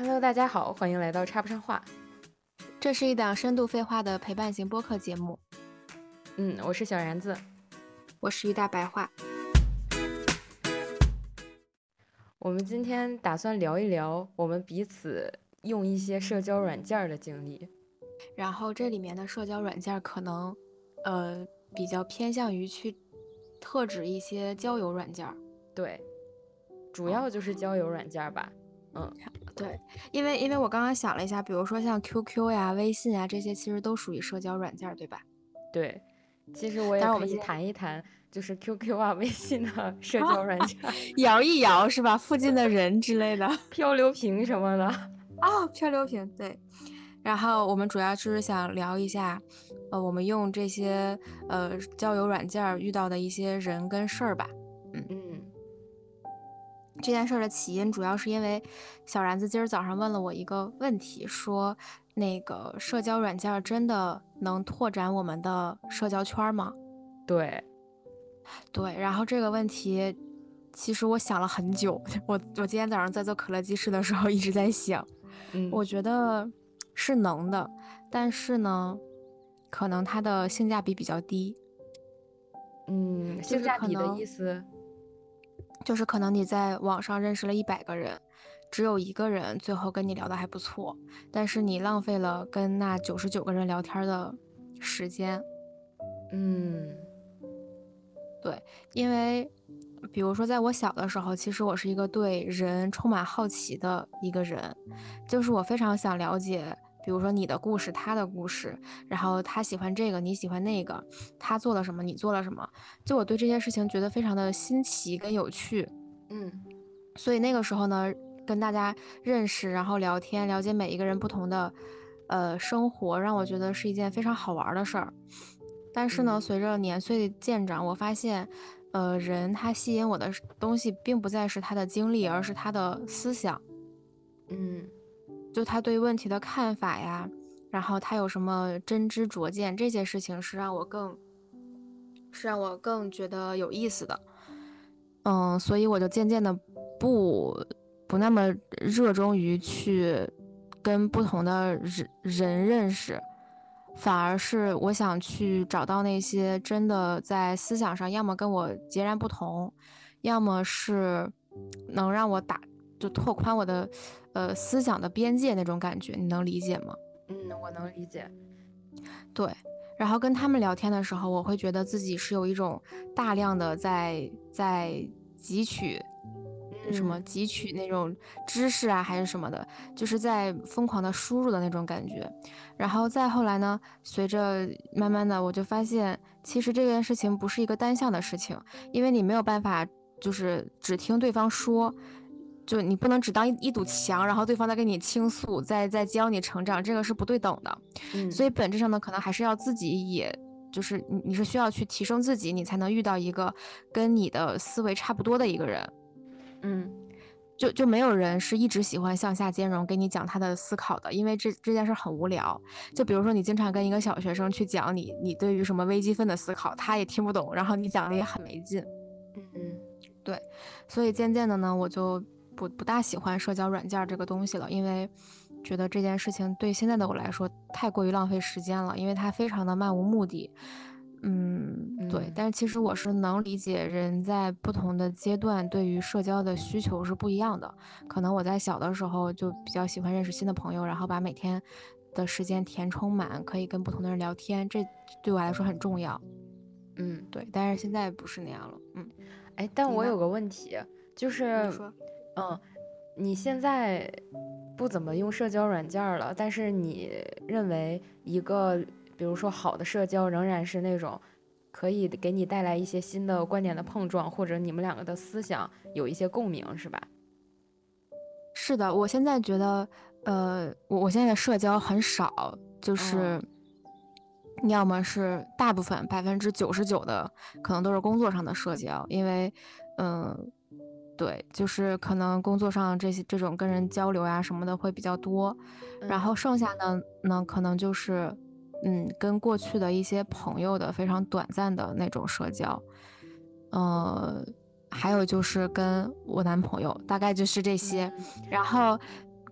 Hello，大家好，欢迎来到插不上话。 这是一档深度废话的陪伴型播客节目。 我是小然子， 我是一大白话。 我们今天打算聊一聊我们彼此用一些社交软件的经历， 然后这里面的社交软件可能，比较偏向于去特指一些交友软件。 对，主要就是交友软件吧。 对，因为我刚刚想了一下，比如说像 QQ 呀、微信呀这些，其实都属于社交软件，对吧？ 对，其实我也可以谈一谈，就是 QQ 啊、微信的社交软件， 摇一摇是吧？附近的人之类的， 漂流瓶什么的。 漂流瓶对。然后我们主要就是想聊一下，我们用这些交友软件遇到的一些人跟事儿吧。这件事的起因主要是因为小然子今儿早上问了我一个问题，说那个社交软件真的能拓展我们的社交圈吗？ 对， 然后这个问题其实我想了很久，我今天早上在做可乐鸡翅的时候一直在想，我觉得是能的，但是呢，可能它的性价比比较低。 性价比的意思就是可能你在网上认识了100个人，只有1个人最后跟你聊得还不错，但是你浪费了跟那99个人聊天的时间。对，因为比如说在我小的时候，其实我是一个对人充满好奇的一个人，就是我非常想了解，比如说你的故事，他的故事，然后他喜欢这个，你喜欢那个，他做了什么，你做了什么，就我对这些事情觉得非常的新奇跟有趣。所以那个时候呢，跟大家认识，然后聊天，了解每一个人不同的生活，让我觉得是一件非常好玩的事儿。但是呢，随着年岁渐长，我发现，人他吸引我的东西并不再是他的经历，而是他的思想。就他对问题的看法呀，然后他有什么真知灼见，这些事情是让我更觉得有意思的。所以我就渐渐的不那么热衷于去跟不同的人认识。反而是我想去找到那些真的在思想上要么跟我截然不同，要么是能让我拓宽我的思想的边界那种感觉，你能理解吗？ 我能理解。 对，然后跟他们聊天的时候，我会觉得自己是有一种大量的在汲取汲取那种知识啊，还是什么的，就是在疯狂的输入的那种感觉。然后再后来呢，随着慢慢的，我就发现其实这件事情不是一个单向的事情，因为你没有办法就是只听对方说，就你不能只当一堵墙，然后对方在跟你倾诉，在教你成长，这个是不对等的。所以本质上呢，可能还是要自己也。就是你是需要去提升自己，你才能遇到一个跟你的思维差不多的一个人。就没有人是一直喜欢向下兼容给你讲他的思考的，因为这件事很无聊。就比如说你经常跟一个小学生去讲你对于什么微积分的思考，他也听不懂，然后你讲的也很没劲。对，所以渐渐的呢，我就不大喜欢社交软件这个东西了，因为觉得这件事情对现在的我来说太过于浪费时间了，因为它非常的漫无目的。对，但是其实我是能理解人在不同的阶段对于社交的需求是不一样的。可能我在小的时候就比较喜欢认识新的朋友，然后把每天的时间填充满，可以跟不同的人聊天，这对我来说很重要。对，但是现在不是那样了。 但我有个问题，就是你说， 你现在不怎么用社交软件了，但是你认为一个比如说好的社交仍然是那种可以给你带来一些新的观点的碰撞，或者你们两个的思想有一些共鸣，是吧？ 是的，我现在觉得，我现在的社交很少，就是要么是大部分99%的可能都是工作上的社交，因为，对，就是可能工作上这种跟人交流呀什么的会比较多，然后剩下的呢可能就是，跟过去的一些朋友的非常短暂的那种社交，还有就是跟我男朋友，大概就是这些，然后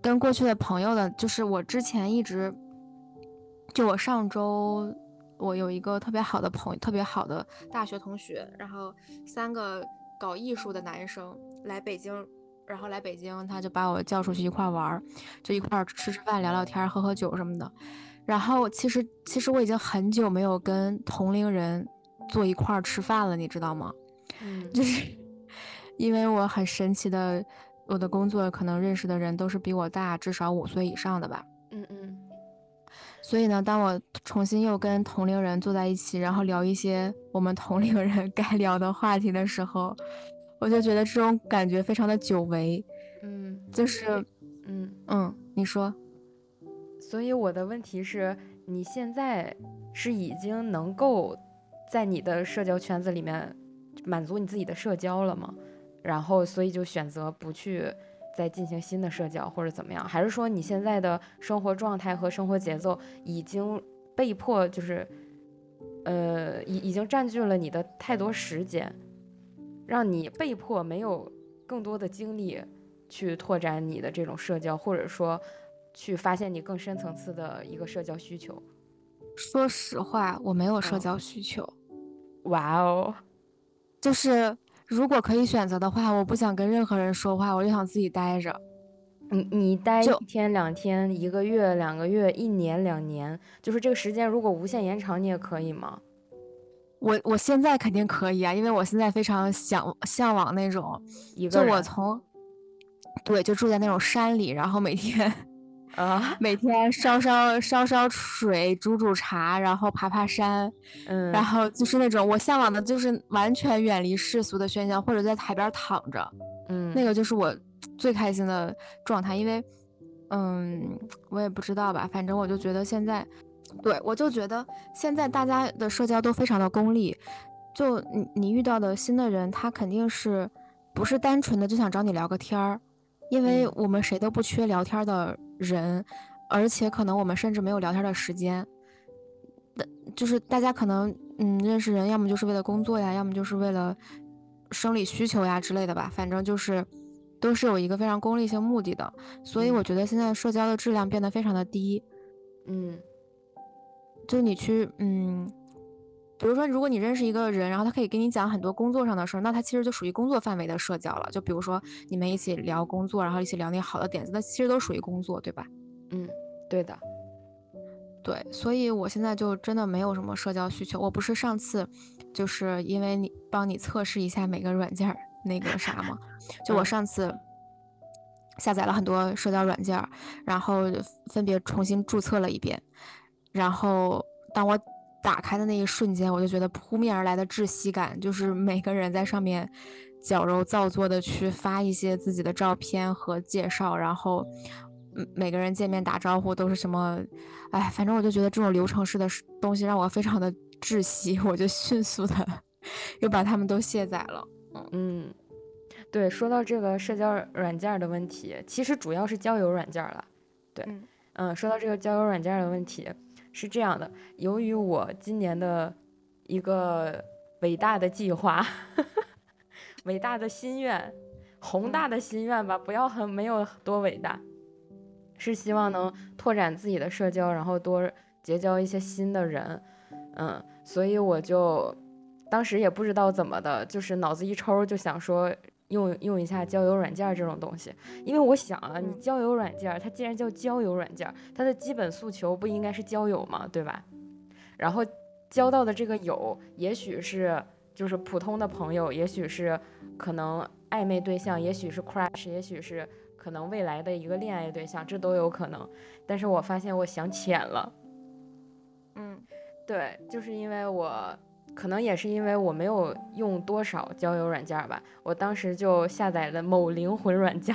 跟过去的朋友的，就是我之前一直，就我上周，我有一个特别好的朋友，特别好的大学同学，然后3个搞艺术的男生来北京，然后来北京，他就把我叫出去一块玩儿，就一块吃吃饭、聊聊天、喝喝酒什么的。然后其实我已经很久没有跟同龄人坐一块儿吃饭了，你知道吗？ 嗯就是因为我很神奇的，我的工作可能认识的人都是比我大至少5岁以上的吧。 嗯嗯所以呢，当我重新又跟同龄人坐在一起，然后聊一些我们同龄人该聊的话题的时候，我就觉得这种感觉非常的久违。 嗯， 就所以是， 嗯， 你说。 所以我的问题是，你现在是已经能够在你的社交圈子里面满足你自己的社交了吗？然后，所以就选择不去再进行新的社交或者怎么样？还是说你现在的生活状态和生活节奏已经被迫就是已经占据了你的太多时间，让你被迫没有更多的精力去拓展你的这种社交，或者说去发现你更深层次的一个社交需求。 说实话，我没有社嗯， 交需求。 哇哦， 就是如果可以选择的话，我不想跟任何人说话，我就想自己待着。 你待一就天两天，一个月两个月，一年两年，就是这个时间如果无限延长，你也可以吗？ 我现在肯定可以啊，因为我现在非常向往那种，就我一个人对，就住在那种山里，然后每天啊， 每天烧烧水，煮茶，然后爬山，然嗯后就是那种我向往的，就是完全远离世俗的喧嚣，或者在海边躺着，那嗯个就是我最开心的状态。因为，嗯，我也不知道吧，反正我就觉得现在，对，我就觉得现在大家的社交都非常的功利，就你遇到的新的人，他肯定是不是单纯的就想找你聊个天儿，因为嗯我们谁都不缺聊天的人，而且可能我们甚至没有聊天的时间。就是大家可能认识人，要么就是为了工作呀，要么就是为了生理需求呀之类的吧，反正就是都是有一个非常功利性目的的。所以嗯我觉得现在社交的质量变得非常的低。 嗯就你去比如说如果你认识一个人，然后他可以跟你讲很多工作上的事儿，那他其实就属于工作范围的社交了。就比如说你们一起聊工作，然后一起聊那好的点子，那其实都属于工作，对吧？ 嗯，对的， 对，所以我现在就真的没有什么社交需求。我不是上次就是因为你帮你测试一下每个软件儿那个啥吗？就我嗯上次下载了很多社交软件儿，然后分别重新注册了一遍，然后当我打开的那一瞬间，我就觉得扑面而来的窒息感，就是每个人在上面矫揉造作的去发一些自己的照片和介绍，然后每个人见面打招呼都是什么，哎，反正我就觉得这种流程式的东西让我非常的窒息，我就迅速的又把它们都卸载了。 嗯。对，说到这个社交软件儿的问题，其实主要是交友软件儿了。对， 嗯说到这个交友软件儿的问题，是这样的，由于我今年的一个伟大的计划，伟大的心愿，宏嗯大的心愿吧，不要没有多伟大，是希望能拓展自己的社交，然后多结交一些新的人。所以我就当时也不知道怎么的，就是脑子一抽就想说用一下交友软件这种东西，因为我想啊，你嗯交友软件它既然叫交友软件，它的基本诉求不应该是交友吗？对吧？然后交到的这个友，也许是就是普通的朋友，也许是可能暧昧对象，也许是 crush，也许是可能未来的一个恋爱对象，这都有可能。但是我发现我想浅了。 嗯。 对，就是因为我可能也是因为我没有用多少交友软件吧，我当时就下载了某灵魂软件，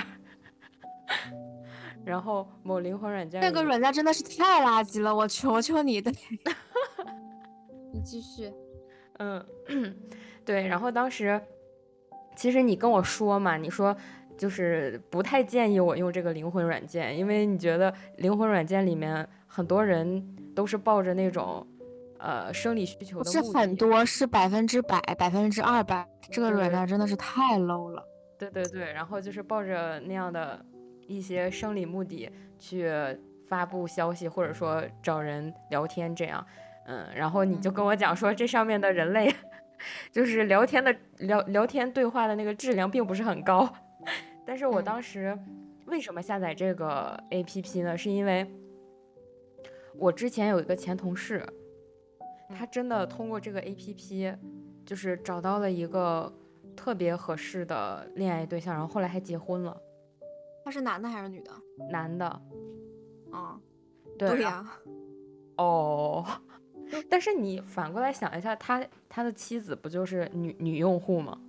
然后某灵魂软件里面， 那个软件真的是太垃圾了，我求求你的。你继续。 嗯，对，然后当时其实你跟我说嘛，你说就是不太建议我用这个灵魂软件，因为你觉得灵魂软件里面很多人都是抱着那种生理需求不是的目的， 很多，是100%、200%，这个对对软件真的是太 low 了。 对对对，然后就是抱着那样的一些生理目的去发布消息，或者说找人聊天这样。然后你就跟我讲说，这上面的人类就是聊天对话的那个质量并不是很高。但是我当时为什么下载这个 APP 呢？是因为我之前有一个前同事，他真的通过这个 APP，就是找到了一个特别合适的恋爱对象，然后后来还结婚了。 他是男的还是女的？ 男的。 啊， 对对呀。 哦，但是你反过来想一下，他的妻子不就是女用户吗？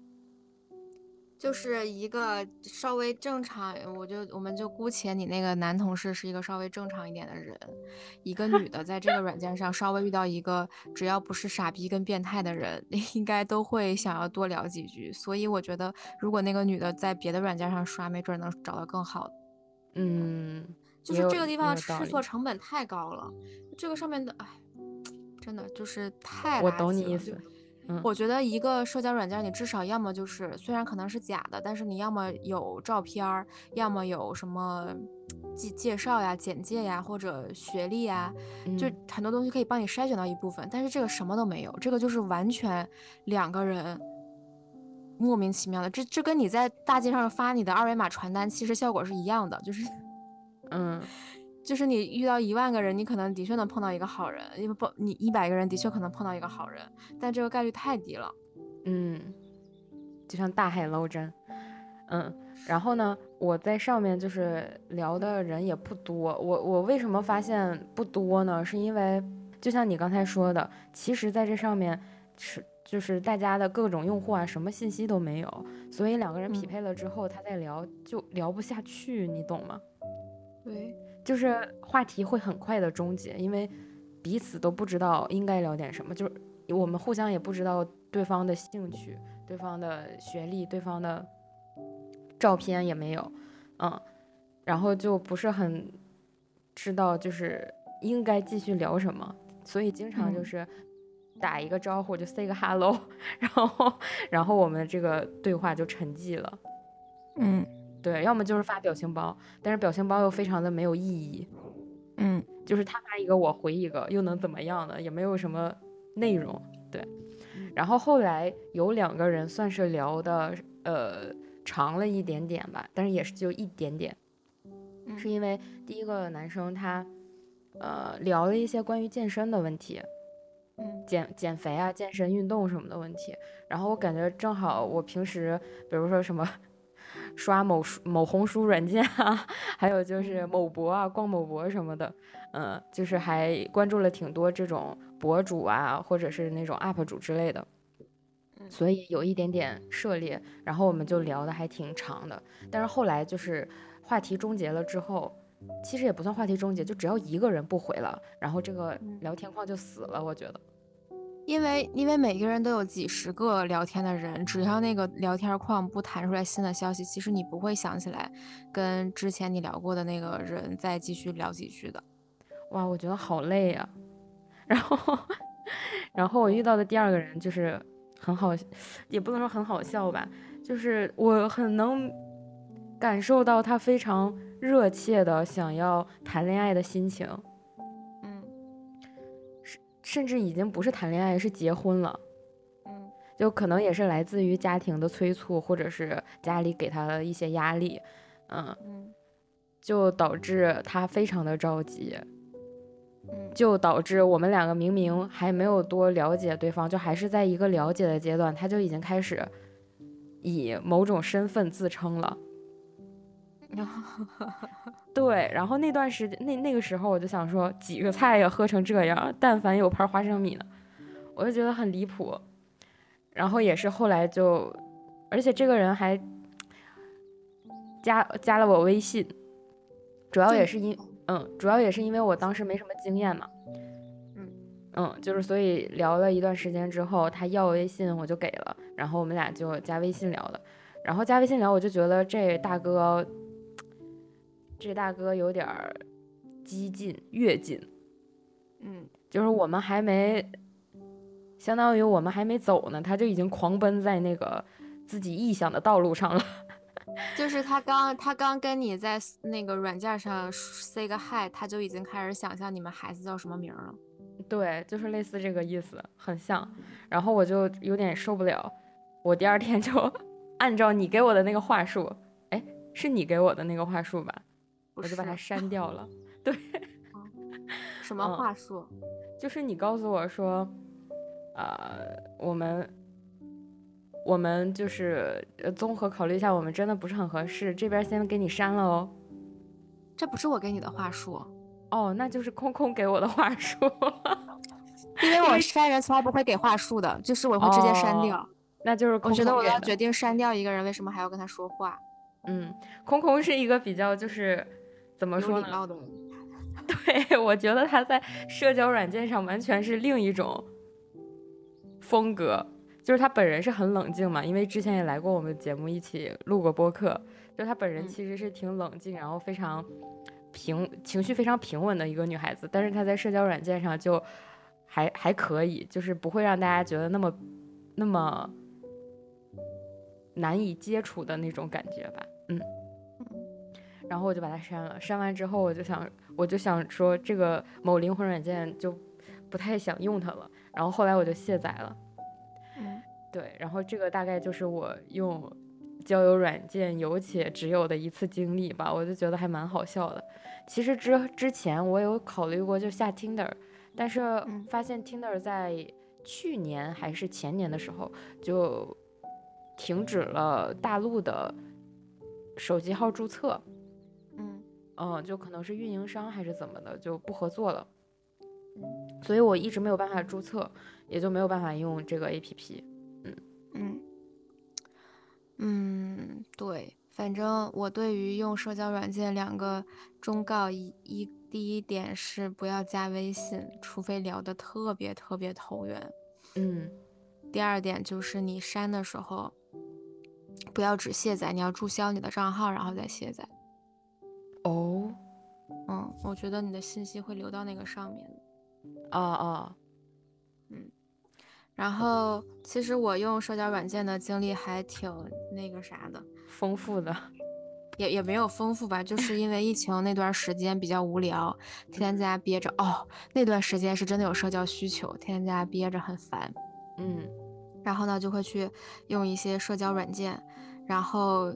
就是一个稍微正常，我们就姑且你那个男同事是一个稍微正常一点的人，一个女的在这个软件上稍微遇到一个只要不是傻逼跟变态的人，应该都会想要多聊几句。所以我觉得，如果那个女的在别的软件上刷，没准能找到更好的。就是这个地方试错成本太高了，这个上面的，哎，真的就是太我垃圾了。 懂你意思。 我觉得一个社交软件，你至少要么就是虽然可能是假的，但是你要么有照片，要么有什么介绍呀、简介呀，或者学历呀，就很多东西可以帮你筛选到一部分。但是这个什么都没有，这个就是完全两个人莫名其妙的。这跟你在大街上发你的二维码传单，其实效果是一样的，就是你遇到10000个人，你可能的确能碰到一个好人，因为不，你100个人的确可能碰到一个好人，但这个概率太低了。 就像大海捞针。然后呢，我在上面就是聊的人也不多。我为什么发现不多呢？是因为就像你刚才说的，其实在这上面就是大家的各种用户啊，什么信息都没有，所以两个人匹配了之后，他再聊就聊不下去，你懂吗？ 对， 就是话题会很快的终结，因为彼此都不知道应该聊点什么，就是我们互相也不知道对方的兴趣、对方的学历、对方的照片也没有。然后就不是很知道就是应该继续聊什么，所以经常就是打一个招呼就 say 个 hello，然后我们这个对话就沉寂了。对，要么就是发表情包，但是表情包又非常的没有意义。就是他发一个我回一个，又能怎么样呢？也没有什么内容。对，然后后来有2个人算是聊的长了一点点吧，但是也是就一点点。是因为第一个男生他聊了一些关于健身的问题，减肥啊、健身运动什么的问题。然后我感觉正好我平时比如说什么刷某红书软件啊，还有就是某博啊、逛某博什么的，就是还关注了挺多这种博主啊，或者是那种 UP 主之类的，所以有一点点涉猎。然后我们就聊的还挺长的，但是后来就是话题终结了之后，其实也不算话题终结，就只要一个人不回了，然后这个聊天框就死了，我觉得。 因为每个人都有几十个聊天的人，只要那个聊天框不弹出来新的消息，其实你不会想起来跟之前你聊过的那个人再继续聊几句的。 哇，我觉得好累呀。然后然后我遇到的第2个人就是很好，也不能说很好笑吧，就是我很能感受到他非常热切的想要谈恋爱的心情。甚至已经不是谈恋爱，是结婚了。就可能也是来自于家庭的催促，或者是家里给他的一些压力。就导致他非常的着急。就导致我们2个明明还没有多了解对方，就还是在一个了解的阶段，他就已经开始以某种身份自称了。对，然后那段时间那个时候我就想说，几个菜呀喝成这样，但凡有盘花生米呢，我就觉得很离谱。然后也是后来就，而且这个人还加了我微信，主要也是因为我当时没什么经验嘛。就是所以聊了一段时间之后，他要微信我就给了，然后我们俩就加微信聊了。然后加微信聊，我就觉得这大哥有点激进越进。就是我们还没，相当于我们还没走呢，他就已经狂奔在那个自己臆想的道路上了。 就是他刚跟你在那个软件上 say 个 hi，他就已经开始想象你们孩子叫什么名了。 对，就是类似这个意思，很像。然后我就有点受不了，我第二天就按照你给我的那个话术，哎，是你给我的那个话术吧，我就把它不是， 删掉了。对， 什么嗯， 话术？ 就是你告诉我说，我们就是综合考虑一下，我们真的不是很合适，这边先给你删了哦。 这不是我给你的话术， 哦，那就是空空给我的话术， 因为我因为删人从来不会给话术的，就是我会直接删哦， 掉。 那就是空我觉得我空给的。 要决定删掉一个人，为什么还要跟他说话？ 嗯，空空是一个比较就是怎么有说呢？ 礼貌的人。 对，我觉得他在社交软件上完全是另一种风格，就是他本人是很冷静嘛，因为之前也来过我们节目一起录过播客，就他本人嗯其实是挺冷静，然后非常情绪非常平稳的一个女孩子，但是她在社交软件上就还可以，就是不会让大家觉得那么难以接触的那种感觉吧，嗯。然后我就把它删了。删完之后，我就想说，这个某灵魂软件就不太想用它了。然后后来我就卸载了。 嗯对，然后这个大概就是我用交友软件有且只有的一次经历吧，我就觉得还蛮好笑的。其实之前我有考虑过就下 Tinder，但是嗯发现 Tinder 在去年还是前年的时候就停止了大陆的手机号注册。 嗯就可能是运营商还是怎么的，就不合作了， 嗯所以我一直没有办法注册，也就没有办法用这个 APP。嗯嗯嗯，对，反正我对于用社交软件两个忠告第一点是不要加微信，除非聊得特别特别投缘。 嗯， 第二点就是你删的时候不要只卸载，你要注销你的账号，然后再卸载。 哦， 我觉得你的信息会留到那个上面的。 啊啊， 嗯，然后其实我用社交软件的经历还挺那个啥的， 丰富的， 也没有丰富吧，就是因为疫情那段时间比较无聊，天天在家憋着。哦，那段时间是真的有社交需求，天天在家憋着很烦。 嗯然后呢，就会去用一些社交软件，然后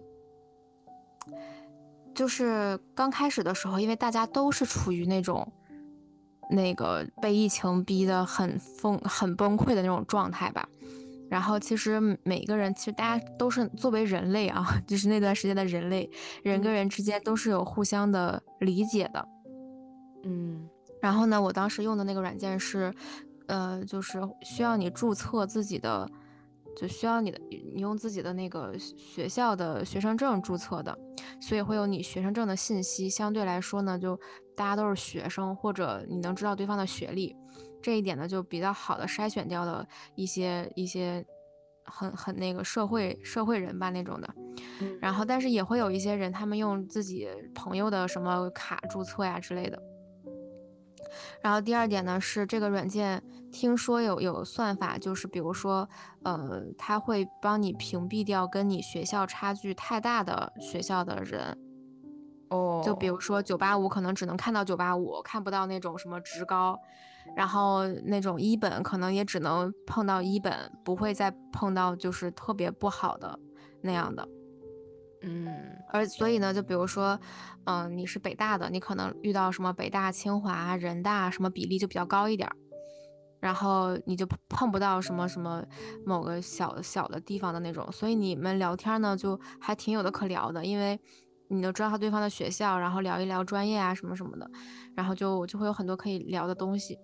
就是刚开始的时候，因为大家都是处于那个被疫情逼得很崩溃的那种状态吧。然后其实每个人，其实大家都是作为人类啊，就是那段时间的人类，人跟嗯人之间都是有互相的理解的。 嗯然后呢，我当时用的那个软件是，就是需要你注册自己的，就需要你用自己的那个学校的学生证注册的，所以会有你学生证的信息。相对来说呢，就大家都是学生，或者你能知道对方的学历，这一点呢就比较好的筛选掉了一些很那个社会人吧那种的。 嗯， 然后，但是也会有一些人，他们用自己朋友的什么卡注册呀之类的。然后第二点呢是这个软件听说有算法，就是比如说，它会帮你屏蔽掉跟你学校差距太大的学校的人。就比哦， 如说985可能只能看到985，看不到那种什么职高，然后那种一本可能也只能碰到一本，不会再碰到就是特别不好的那样的。 嗯所以呢，就比如说，你是北大的，你可能遇到什么北大、清华、人大什么比例就比较高一点儿，然后你就碰不到什么什么某个小小的地方的那种，所以你们聊天呢就还挺有的可聊的，因为你都知道他对方的学校，然后聊一聊专业啊什么什么的，然后就会有很多可以聊的东西。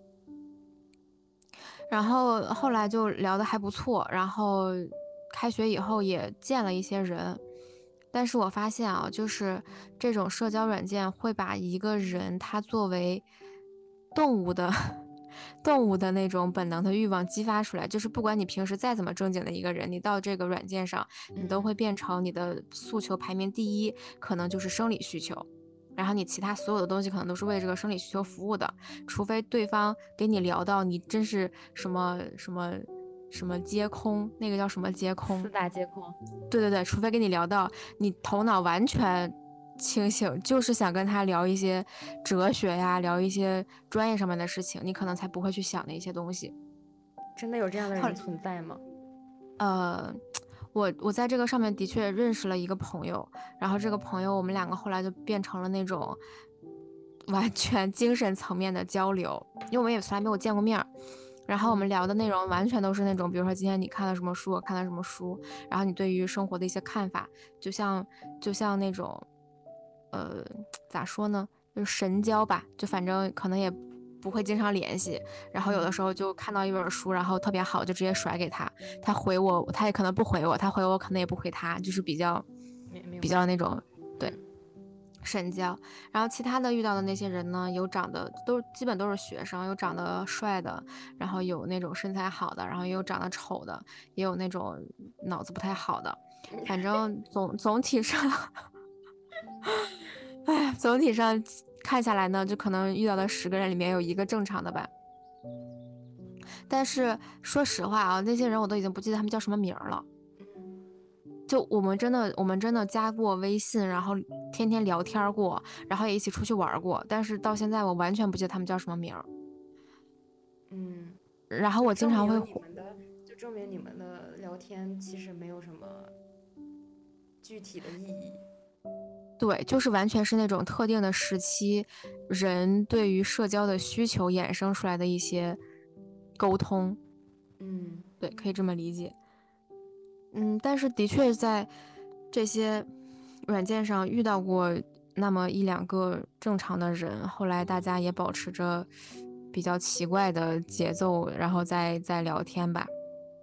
然后后来就聊得还不错，然后开学以后也见了一些人，但是我发现啊，就是这种社交软件会把一个人他作为动物的动物的那种本能的欲望激发出来，就是不管你平时再怎么正经的一个人，你到这个软件上，你都嗯会变成你的诉求排名第一，可能就是生理需求。然后你其他所有的东西可能都是为这个生理需求服务的，除非对方给你聊到你真是什么什么什么接空，那个叫什么接空？ 四大皆空。 对对对，除非跟你聊到你头脑完全清醒，就是想跟他聊一些哲学呀，聊一些专业上面的事情，你可能才不会去想那些东西。 真的有这样的人存在吗？ 呃，我在这个上面的确认识了一个朋友，然后这个朋友我们两个后来就变成了那种完全精神层面的交流，因为我们也从来没有见过面儿。然后我们聊的内容完全都是那种，比如说今天你看了什么书，我看了什么书，然后你对于生活的一些看法，就像那种，咋说呢，就是神交吧，就反正可能也不会经常联系，然后有的时候就看到一本书，然后特别好，就直接甩给他，他回我，他也可能不回我，他回我可能也不回他，就是比较那种，对。深交，然后其他的遇到的那些人呢，有长得基本都是学生，有长得帅的，然后有那种身材好的，然后也有长得丑的，也有那种脑子不太好的，反正总体上，哎，总体上看下来呢，就可能遇到的10个人里面有1个正常的吧。但是说实话啊，那些人我都已经不记得他们叫什么名儿了。就我们真的加过微信，然后天天聊天过，然后也一起出去玩过，但是到现在我完全不记得他们叫什么名儿。然后我经常会就证明你们的聊天其实没有什么具体的意义。 对，就是完全是那种特定的时期人对于社交的需求衍生出来的一些沟通。对，可以这么理解。但是的确在这些软件上遇到过那么1-2个正常的人，后来大家也保持着比较奇怪的节奏，然后再聊天吧。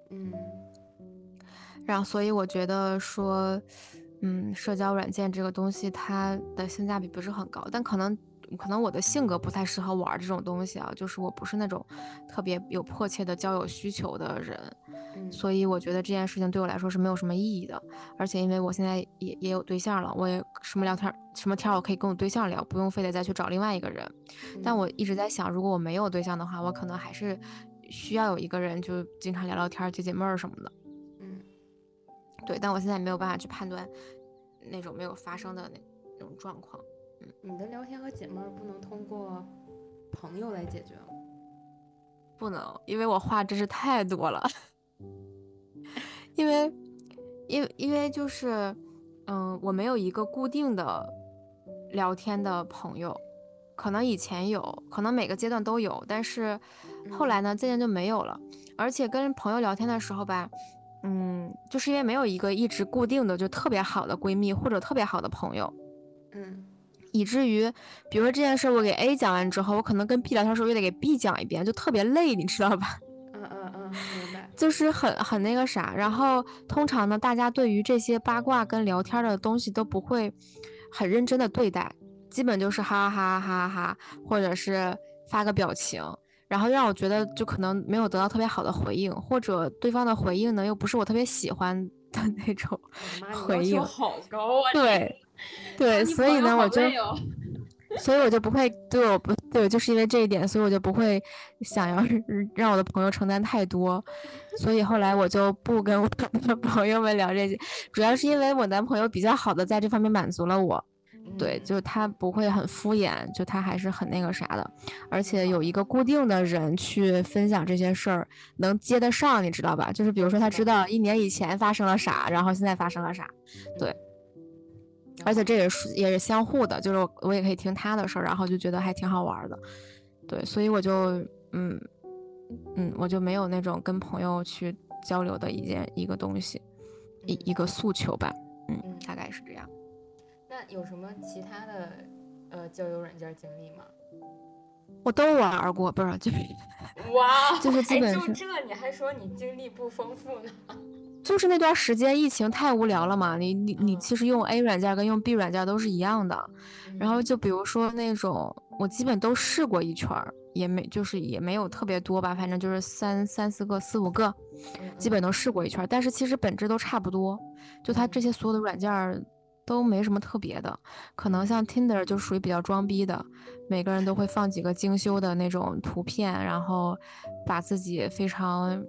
然后所以我觉得说，社交软件这个东西它的性价比不是很高，但可能我的性格不太适合玩这种东西啊，就是我不是那种特别有迫切的交友需求的人。所以我觉得这件事情对我来说是没有什么意义的，而且因为我现在也有对象了，我也什么天我可以跟我对象聊，不用非得再去找另外一个人。但我一直在想，如果我没有对象的话，我可能还是需要有一个人，就经常聊聊天、解解闷儿什么的。对，但我现在没有办法去判断那种没有发生的那种状况。 你的聊天和解闷儿不能通过朋友来解决吗？ 不能，因为我话真是太多了。因为就是，我没有一个固定的聊天的朋友，可能以前有，可能每个阶段都有，但是后来呢，渐渐就没有了。而且跟朋友聊天的时候吧，就是因为没有一个一直固定的就特别好的闺蜜或者特别好的朋友，以至于，比如说这件事我给 A 讲完之后，我可能跟 B 聊天的时候又得给 B 讲一遍，就特别累，你知道吧？ 明白。 就是很那个啥，然后通常呢，大家对于这些八卦跟聊天的东西都不会很认真的对待，基本就是哈哈哈哈哈，或者是发个表情，然后让我觉得就可能没有得到特别好的回应，或者对方的回应呢又不是我特别喜欢的那种回应。 要求好高啊！ 对，所以呢，所以我就不会就是因为这一点，所以我就不会想要让我的朋友承担太多，所以后来我就不跟我的朋友们聊这些，主要是因为我男朋友比较好的在这方面满足了我。对，就是他不会很敷衍，就他还是很那个啥的，而且有一个固定的人去分享这些事儿，能接得上，你知道吧？就是比如说他知道1年以前发生了啥，然后现在发生了啥，对。而且这也是相互的，就是我也可以听他的事儿，然后就觉得还挺好玩的，对，所以我就我就没有那种跟朋友去交流的一个东西，一个诉求吧，大概是这样。 那有什么其他的交友软件经历吗？ 我都玩过，不是就哇， 就是基本上就这你还说你经历不丰富呢？ 就是那段时间疫情太无聊了嘛，你其实用 A 软件跟用 B 软件都是一样的，然后就比如说那种我基本都试过一圈，也没有特别多吧，反正就是3、4个、4、5个，基本都试过一圈，但是其实本质都差不多，就它这些所有的软件都没什么特别的，可能像 Tinder 就属于比较装逼的，每个人都会放几个精修的那种图片，然后把自己非常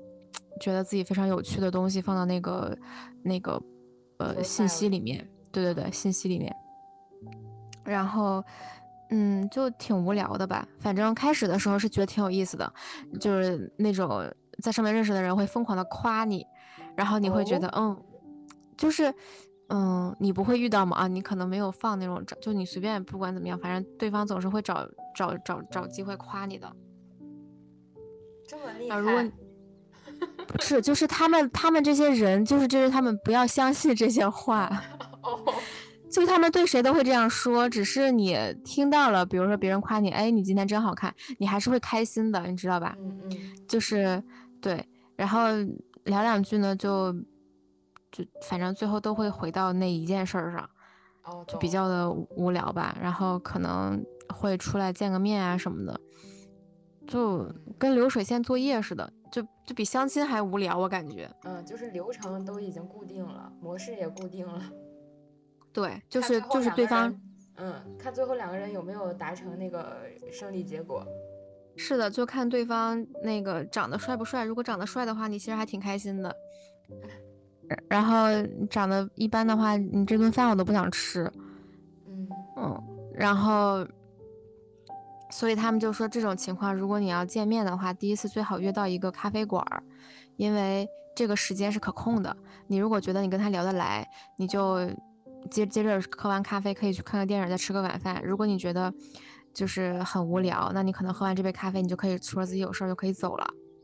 觉得自己非常有趣的东西放到那个信息里面，对，信息里面，然后就挺无聊的吧。反正开始的时候是觉得挺有意思的，就是那种在上面认识的人会疯狂的夸你，然后你会觉得就是你不会遇到吗？啊，你可能没有放那种，就你随便不管怎么样，反正对方总是会找机会夸你的。 这么厉害？ 如果不是，就是他们这些人，就是他们不要相信这些话。就他们对谁都会这样说，只是你听到了，比如说别人夸你，哎，你今天真好看，你还是会开心的，你知道吧？就是对，然后聊两句呢，就反正最后都会回到那一件事儿上，就比较的无聊吧。然后可能会出来见个面啊什么的，就跟流水线作业似的，就比相亲还无聊，我感觉。 就是流程都已经固定了，模式也固定了。 对，就是对方， 看最后两个人有没有达成那个胜利结果。 是的，就看对方那个长得帅不帅。如果长得帅的话，你其实还挺开心的。然后长得一般的话，你这顿饭我都不想吃。然后，所以他们就说这种情况，如果你要见面的话，第一次最好约到一个咖啡馆，因为这个时间是可控的。你如果觉得你跟他聊得来，你就接着喝完咖啡可以去看个电影，再吃个晚饭。如果你觉得就是很无聊，那你可能喝完这杯咖啡，你就可以除了自己有事儿就可以走了。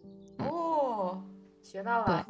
学到了。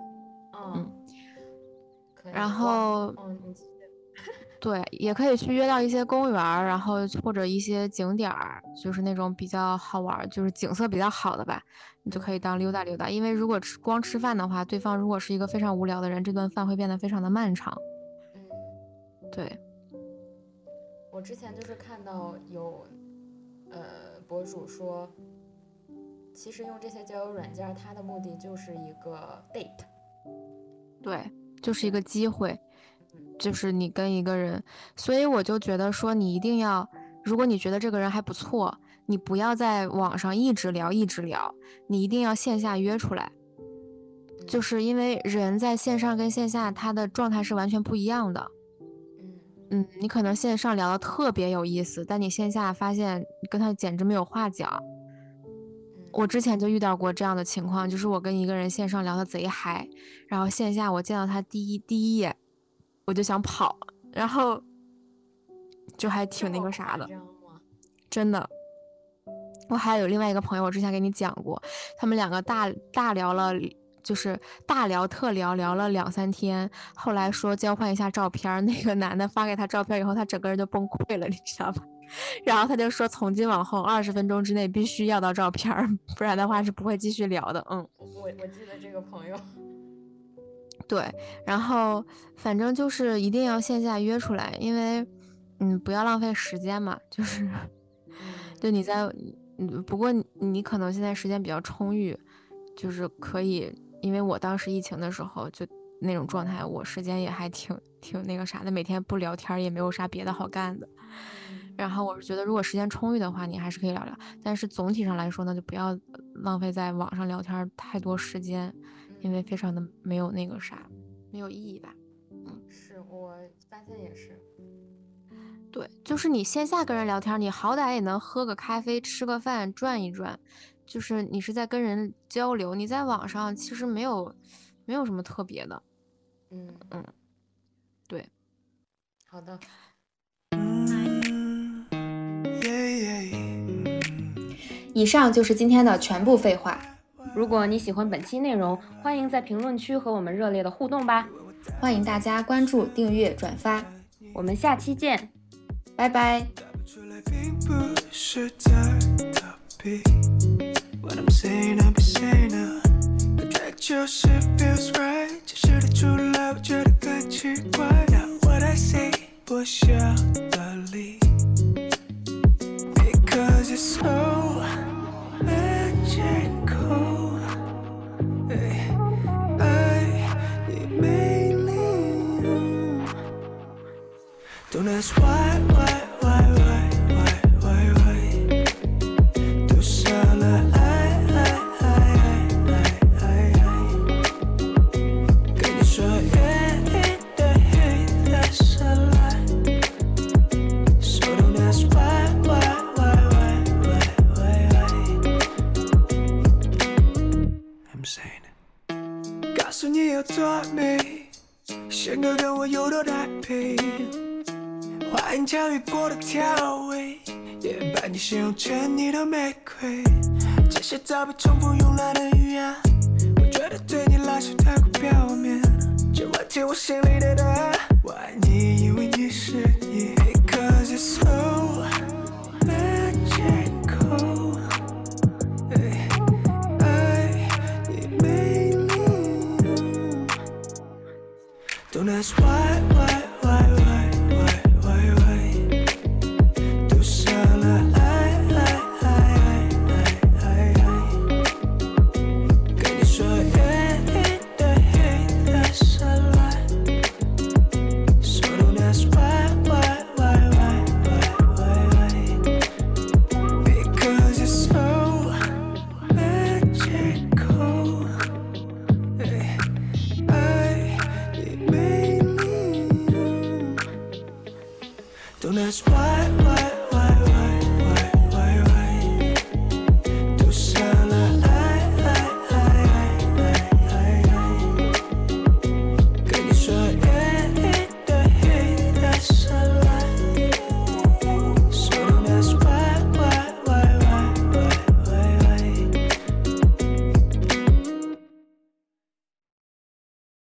然后对，也可以去约到一些公园，然后或者一些景点儿，就是那种比较好玩，就是景色比较好的吧，你就可以当溜达溜达。因为如果光吃饭的话，对方如果是一个非常无聊的人，这顿饭会变得非常的漫长。对。 我之前就是看到有博主说，其实用这些交友软件，它的目的就是一个 date。 对，就是一个机会。就是你跟一个人，所以我就觉得说你一定要，如果你觉得这个人还不错，你不要在网上一直聊，你一定要线下约出来。就是因为人在线上跟线下他的状态是完全不一样的。你可能线上聊得特别有意思，但你线下发现跟他简直没有话讲。我之前就遇到过这样的情况，就是我跟一个人线上聊得贼嗨，然后线下我见到他第一眼我就想跑，然后就还挺那个啥的，真的。我还有另外一个朋友，我之前给你讲过，他们两个大聊了，就是大聊特聊，聊了2-3天，后来说交换一下照片，那个男的发给他照片以后，他整个人就崩溃了，你知道吧？然后他就说从今往后20分钟之内必须要到照片，不然的话是不会继续聊的。 我记得这个朋友。 对，然后反正就是一定要线下约出来，因为不要浪费时间嘛，就是就你在不过你可能现在时间比较充裕，就是可以，因为我当时疫情的时候就那种状态，我时间也还挺那个啥的，每天不聊天也没有啥别的好干的。然后我是觉得如果时间充裕的话，你还是可以聊聊，但是总体上来说呢，就不要浪费在网上聊天太多时间，因为非常的没有那个啥，没有意义吧。 是我发现也是。 对，就是你线下跟人聊天，你好歹也能喝个咖啡，吃个饭，转一转，就是你是在跟人交流。你在网上其实没有什么特别的。对。 好的。 以上就是今天的全部废话。 如果你喜欢本期内容，欢迎在评论区和我们热烈的互动吧。 欢迎大家关注、订阅、转发。 我们下期见， 拜拜。Because it's so magical. I need mainly you. Don't ask why. Do sala I. 整个跟我有多搭配，花言巧语过的调味，也把你形容成你的玫瑰。这些早被重复用来的语言，我觉得对你来说太过表面。这问题我心里的答案，我爱你，因为你是你。Because you're so magical， 爱你美丽。Don't ask why， 赌上了爱，跟你说 that's a lie。So don't ask why， because you're so magical。爱你美丽。Don't ask why。